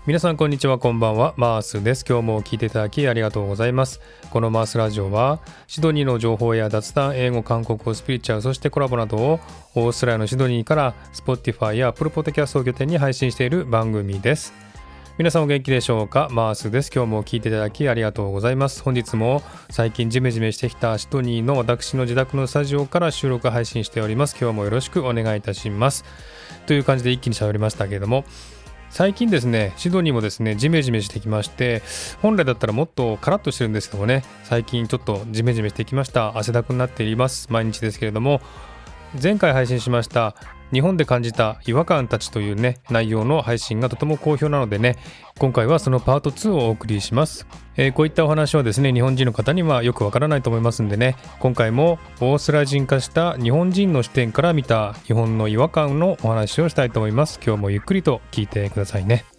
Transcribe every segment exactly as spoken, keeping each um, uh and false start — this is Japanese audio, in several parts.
皆さんこんにちは、こんばんは。マースです。今日も聞いていただきありがとうございます。このマースラジオはシドニーの情報や雑談、英語、韓国語、スピリチュアル、そしてコラボなどをオーストラリアのシドニーから Spotify や Apple Podcast を拠点に配信している番組です。皆さんお元気でしょうか。マースです。今日も聞いていただきありがとうございます。本日も最近ジメジメしてきたシドニーの私の自宅のスタジオから収録配信しております。今日もよろしくお願いいたします。という感じで一気に喋りましたけれども、最近ですね、シドニーもですね、ジメジメしてきまして、本来だったらもっとカラッとしてるんですけどもね、最近ちょっとジメジメしてきました。汗だくになっています。毎日ですけれども、前回配信しました日本で感じた違和感たちというね内容の配信がとても好評なのでね、今回はそのパートツーをお送りします。えー、こういったお話はですね、日本人の方にはよくわからないと思いますんでね、今回もオーストラリア人化した日本人の視点から見た日本の違和感のお話をしたいと思います。今日もゆっくりと聞いてくださいね。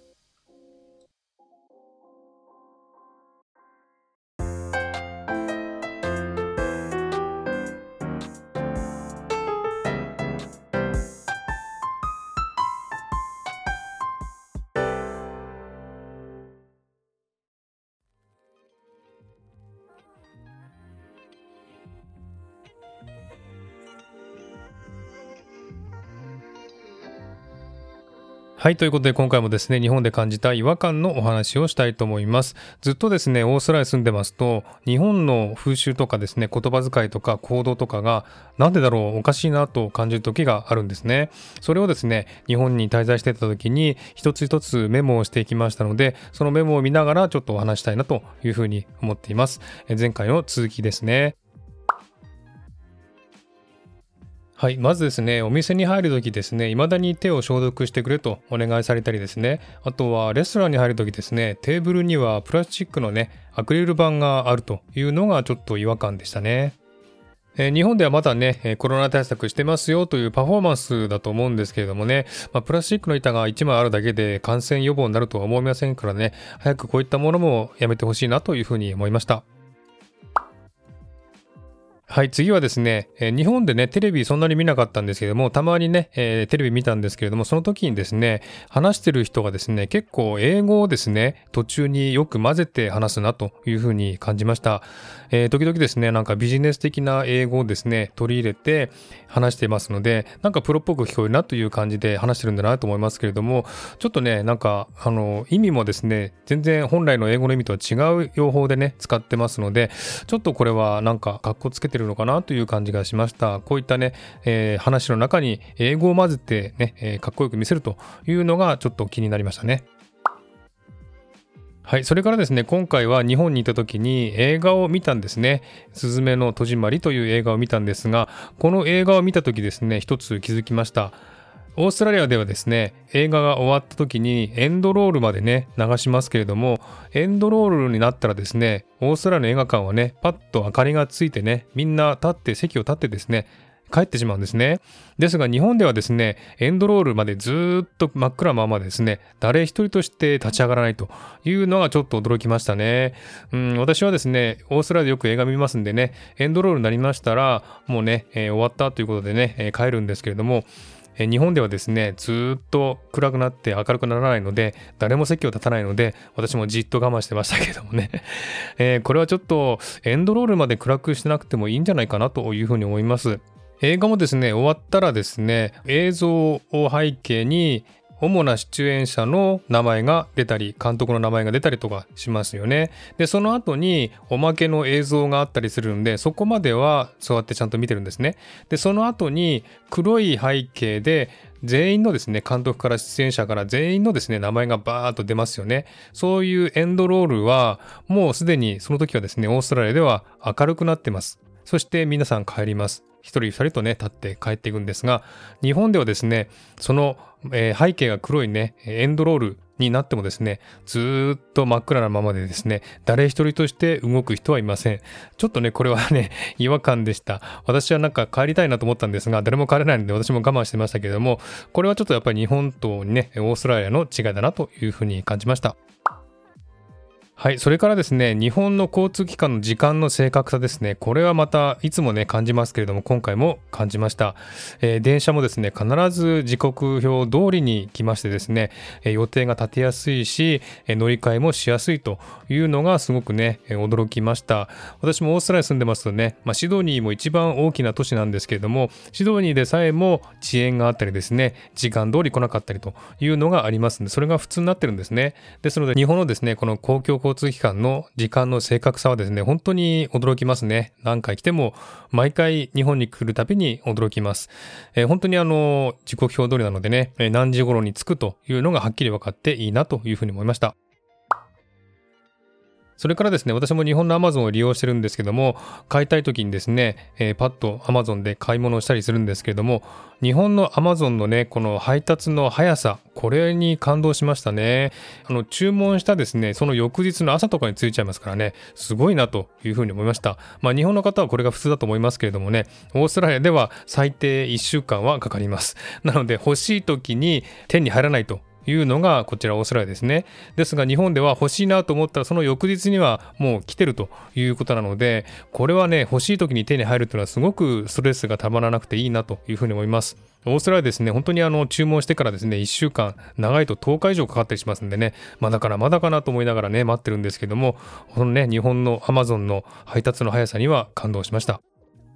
はい、ということで今回もですね、日本で感じた違和感のお話をしたいと思います。ずっとですね、オーストラリアに住んでますと、日本の風習とかですね、言葉遣いとか行動とかが、なんでだろう、おかしいなと感じる時があるんですね。それをですね、日本に滞在していた時に、一つ一つメモをしていきましたので、そのメモを見ながらちょっとお話したいなというふうに思っています。え前回の続きですね。はい、まずですね、お店に入るときですね、未だに手を消毒してくれとお願いされたりですね、あとはレストランに入るときですね、テーブルにはプラスチックのね、アクリル板があるというのがちょっと違和感でしたね。えー日本ではまだね、コロナ対策してますよというパフォーマンスだと思うんですけれどもね、まあ、プラスチックの板がいちまいあるだけで感染予防になるとは思いませんからね、早くこういったものもやめてほしいなというふうに思いました。はい、次はですね、えー日本でね、テレビそんなに見なかったんですけども、たまにね、えーテレビ見たんですけれども、その時にですね、話してる人がですね、結構英語をですね、途中によく混ぜて話すなというふうに感じました。えー時々ですね、なんかビジネス的な英語をですね、取り入れて話していますので、なんかプロっぽく聞こえるなという感じで話してるんだなと思いますけれども、ちょっとね、なんか、あの、意味もですね、全然本来の英語の意味とは違う用法でね、使ってますので、ちょっとこれはなんか格好つけてるのかなという感じがしました。こういったね、えー話の中に英語を混ぜてね、えーかっこよく見せるというのがちょっと気になりましたね。はい、それからですね、今回は日本にいた時に映画を見たんですね。すずめの戸締まりという映画を見たんですが、この映画を見た時ですね、一つ気づきました。オーストラリアではですね、映画が終わった時にエンドロールまでね、流しますけれども、エンドロールになったらですね、オーストラリアの映画館はね、パッと明かりがついてね、みんな立って席を立ってですね、帰ってしまうんですね。ですが日本ではですね、エンドロールまでずーっと真っ暗なままですね、誰一人として立ち上がらないというのがちょっと驚きましたね。うん、私はですね、オーストラリアでよく映画見ますんでね、エンドロールになりましたら、もうね、えー終わったということでね、えー帰るんですけれども、えー日本ではですね、ずーっと暗くなって明るくならないので、誰も席を立たないので、私もじっと我慢してましたけどもね、えーこれはちょっとエンドロールまで暗くしてなくてもいいんじゃないかなというふうに思います。映画もですね、終わったらですね、映像を背景に主な出演者の名前が出たり、監督の名前が出たりとかしますよね。で、その後におまけの映像があったりするんで、そこまではそうやってちゃんと見てるんですね。で、その後に黒い背景で全員のですね、監督から出演者から全員のですね、名前がバーッと出ますよね。そういうエンドロールは、もうすでにその時はですね、オーストラリアでは明るくなってます。そして皆さん帰ります。一人二人とね、立って帰っていくんですが、日本ではですね、その、えー背景が黒いね、エンドロールになってもですね、ずーっと真っ暗なままでですね、誰一人として動く人はいません。ちょっとね、これはね、違和感でした。私はなんか帰りたいなと思ったんですが、誰も帰れないので私も我慢してましたけれども、これはちょっとやっぱり日本とね、オーストラリアの違いだなというふうに感じました。 はい、それからですね、日本の交通機関の時間の正確さですね。これはまたいつもね感じますけれども、今回も感じました。えー電車もですね、必ず時刻表通りに来ましてですね、えー予定が立てやすいし、えー乗り換えもしやすいというのがすごくね、えー驚きました。私もオーストラリアに住んでますとね、まあ、シドニーも一番大きな都市なんですけれども、シドニーでさえも遅延があったりですね、時間通り来なかったりというのがありますので、それが普通になってるんですね。ですので、日本のですね、この公共交通機関の時間の正確さはですね、本当に驚きますね。何回来ても、毎回日本に来るたびに驚きます。えー本当にあの、時刻表通りなのでね、えー何時頃に着くというのがはっきり分かっていいなというふうに思いました。それからですね、私も日本の Amazon を利用してるんですけども、買いたい時にですね、えーパッと Amazon で買い物をしたりするんですけれども、日本の Amazon のね、この配達の速さ、これに感動しましたね。あの、注文したですね、その翌日の朝とかに着いちゃいますからね、すごいなというふうに思いました。まあ、日本の方はこれが普通だと思いますけれどもね、オーストラリアでは最低いっしゅうかんはかかります。なので、欲しい時に手に入らないというのがこちらオーストラリアですね。ですが日本では欲しいなと思ったらその翌日にはもう来てるということなので、これはね、欲しい時に手に入るというのはすごくストレスがたまらなくていいなというふうに思います。オーストラリアですね、本当にあの注文してからですね、いっしゅうかん、長いととおか以上かかったりしますんでね、まだからまだかなと思いながらね、待ってるんですけども、このね、日本の Amazon の配達の速さには感動しました。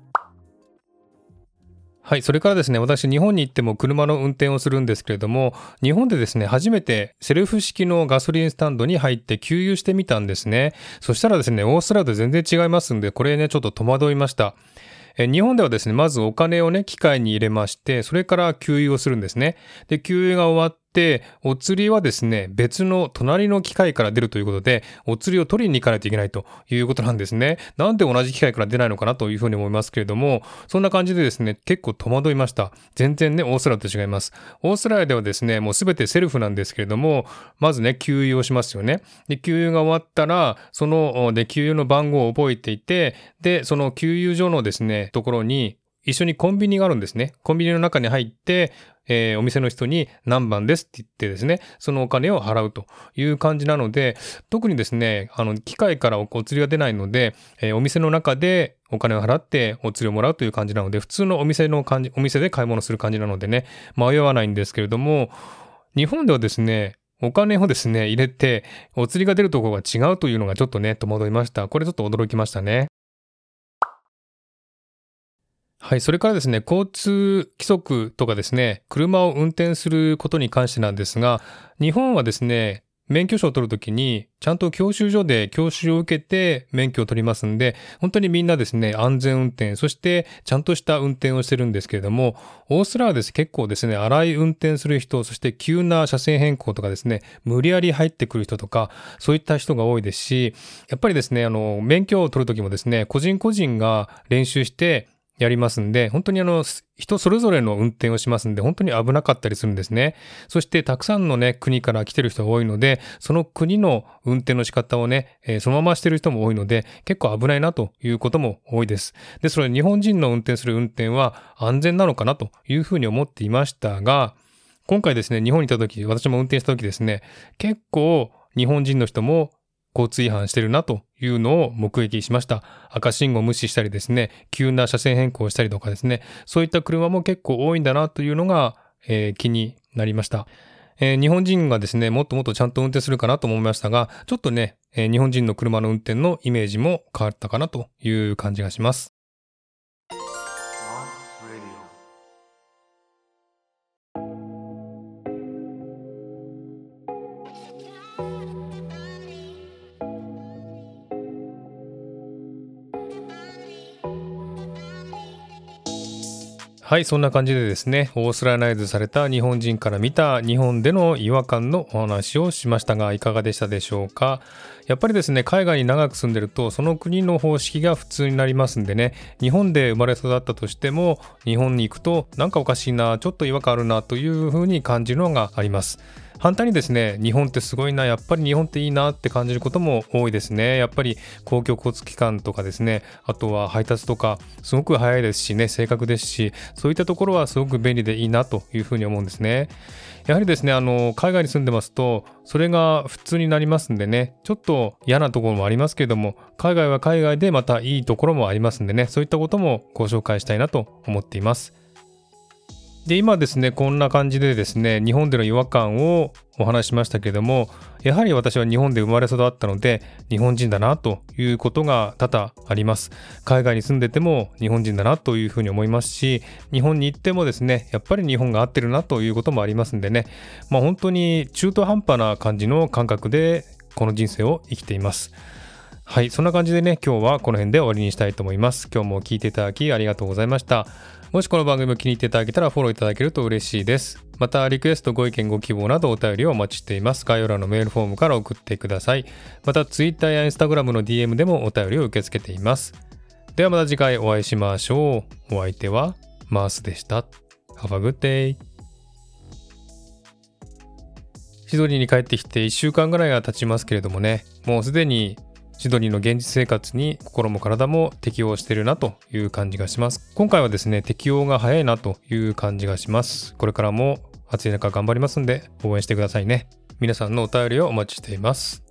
はい、それからですね、私、日本に行っても車の運転をするんですけれども、日本でですね、初めてセルフ式のガソリンスタンドに入って給油してみたんですね。そしたらですね、オーストラリアと全然違いますんで、これね、ちょっと戸惑いました。え日本ではですね、まずお金をね、機械に入れまして、それから給油をするんですね。で、給油が終わって、お釣りはですね、別の隣の機械から出るということで、お釣りを取りに行かないといけないということなんですね。なんで同じ機械から出ないのかなというふうに思いますけれども、そんな感じでですね、結構戸惑いました。全然ね、オーストラリアと違います。オーストラリアではですね、もうすべてセルフなんですけれども、まずね、給油をしますよね。で、給油が終わったら、その、で、給油の番号を覚えていて、で、その給油所のですね、ところに、一緒にコンビニがあるんですね。コンビニの中に入って、えーお店の人に何番ですって言ってですね、そのお金を払うという感じなので、特にですね、あの、機械からおお釣りが出ないので、えーお店の中でお金を払ってお釣りをもらうという感じなので、普通のお店の感じ、お店で買い物する感じなのでね、迷わないんですけれども、日本ではですね、お金をですね、入れて、お釣りが出るところが違うというのがちょっとね、戸惑いました。これちょっと驚きましたね。はい、それからですね、交通規則とかですね、車を運転することに関してなんですが、日本はですね、免許証を取るときに、ちゃんと教習所で教習を受けて免許を取りますんで、本当にみんなですね、安全運転、そしてちゃんとした運転をしてるんですけれども、オーストラリアはですね、結構ですね、荒い運転する人、そして急な車線変更とかですね、無理やり入ってくる人とか、そういった人が多いですし、やっぱりですね、あの、免許を取るときもですね、個人個人が練習して、やりますんで、本当にあの、人それぞれの運転をしますんで、本当に危なかったりするんですね。そして、たくさんのね、国から来てる人が多いので、その国の運転の仕方をね、えーそのまましてる人も多いので、結構危ないなということも多いです。で、それ日本人の運転する運転は安全なのかなというふうに思っていましたが、今回ですね、日本にいた時、私も運転した時ですね、結構日本人の人も交通違反してるなというのを目撃しました。赤信号を無視したりですね、急な車線変更をしたりとかですね、そういった車も結構多いんだなというのが、えー気になりました。えー日本人がですね、もっともっとちゃんと運転するかなと思いましたが、ちょっとね、えー日本人の車の運転のイメージも変わったかなという感じがします。はい、そんな感じでですね、オーストラリアナイズされた日本人から見た日本での違和感のお話をしましたが、いかがでしたでしょうか。やっぱりですね、海外に長く住んでると、その国の方式が普通になりますんでね、日本で生まれ育ったとしても、日本に行くとなんかおかしいな、ちょっと違和感あるなというふうに感じるのがあります。 反対にですね、日本ってすごいな、やっぱり日本っていいなって感じることも多いですね。やっぱり公共交通機関とかですね、あとは配達とかすごく早いですしね、正確ですし、そういったところはすごく便利でいいなというふうに思うんですね。やはりですね、あの海外に住んでますとそれが普通になりますんでね、ちょっと嫌なところもありますけれども、海外は海外でまたいいところもありますんでね、そういったこともご紹介したいなと思っています。で、今ですね、こんな感じでですね、日本での違和感をお話ししましたけれども、やはり私は日本で生まれ育ったので、日本人だなということが多々あります。海外に住んでても日本人だなというふうに思いますし、日本に行ってもですね、やっぱり日本が合ってるなということもありますんでね、まあ本当に中途半端な感じの感覚でこの人生を生きています。はい、そんな感じでね、今日はこの辺で終わりにしたいと思います。今日も聞いていただきありがとうございました。もしこの番組を気に入っていただけたらフォローいただけると嬉しいです。またリクエスト、ご意見、ご希望などお便りをお待ちしています。概要欄のメールフォームから送ってください。また Twitter や Instagram の ディーエム でもお便りを受け付けています。ではまた次回お会いしましょう。お相手はマースでした。Have a good day。シドニーに帰ってきていっしゅうかんぐらいが経ちますけれどもね、もうすでにシドニーの現実生活に心も体も適応しているなという感じがします。今回はですね、適応が早いなという感じがします。これからも暑い中頑張りますんで応援してくださいね。皆さんのお便りをお待ちしています。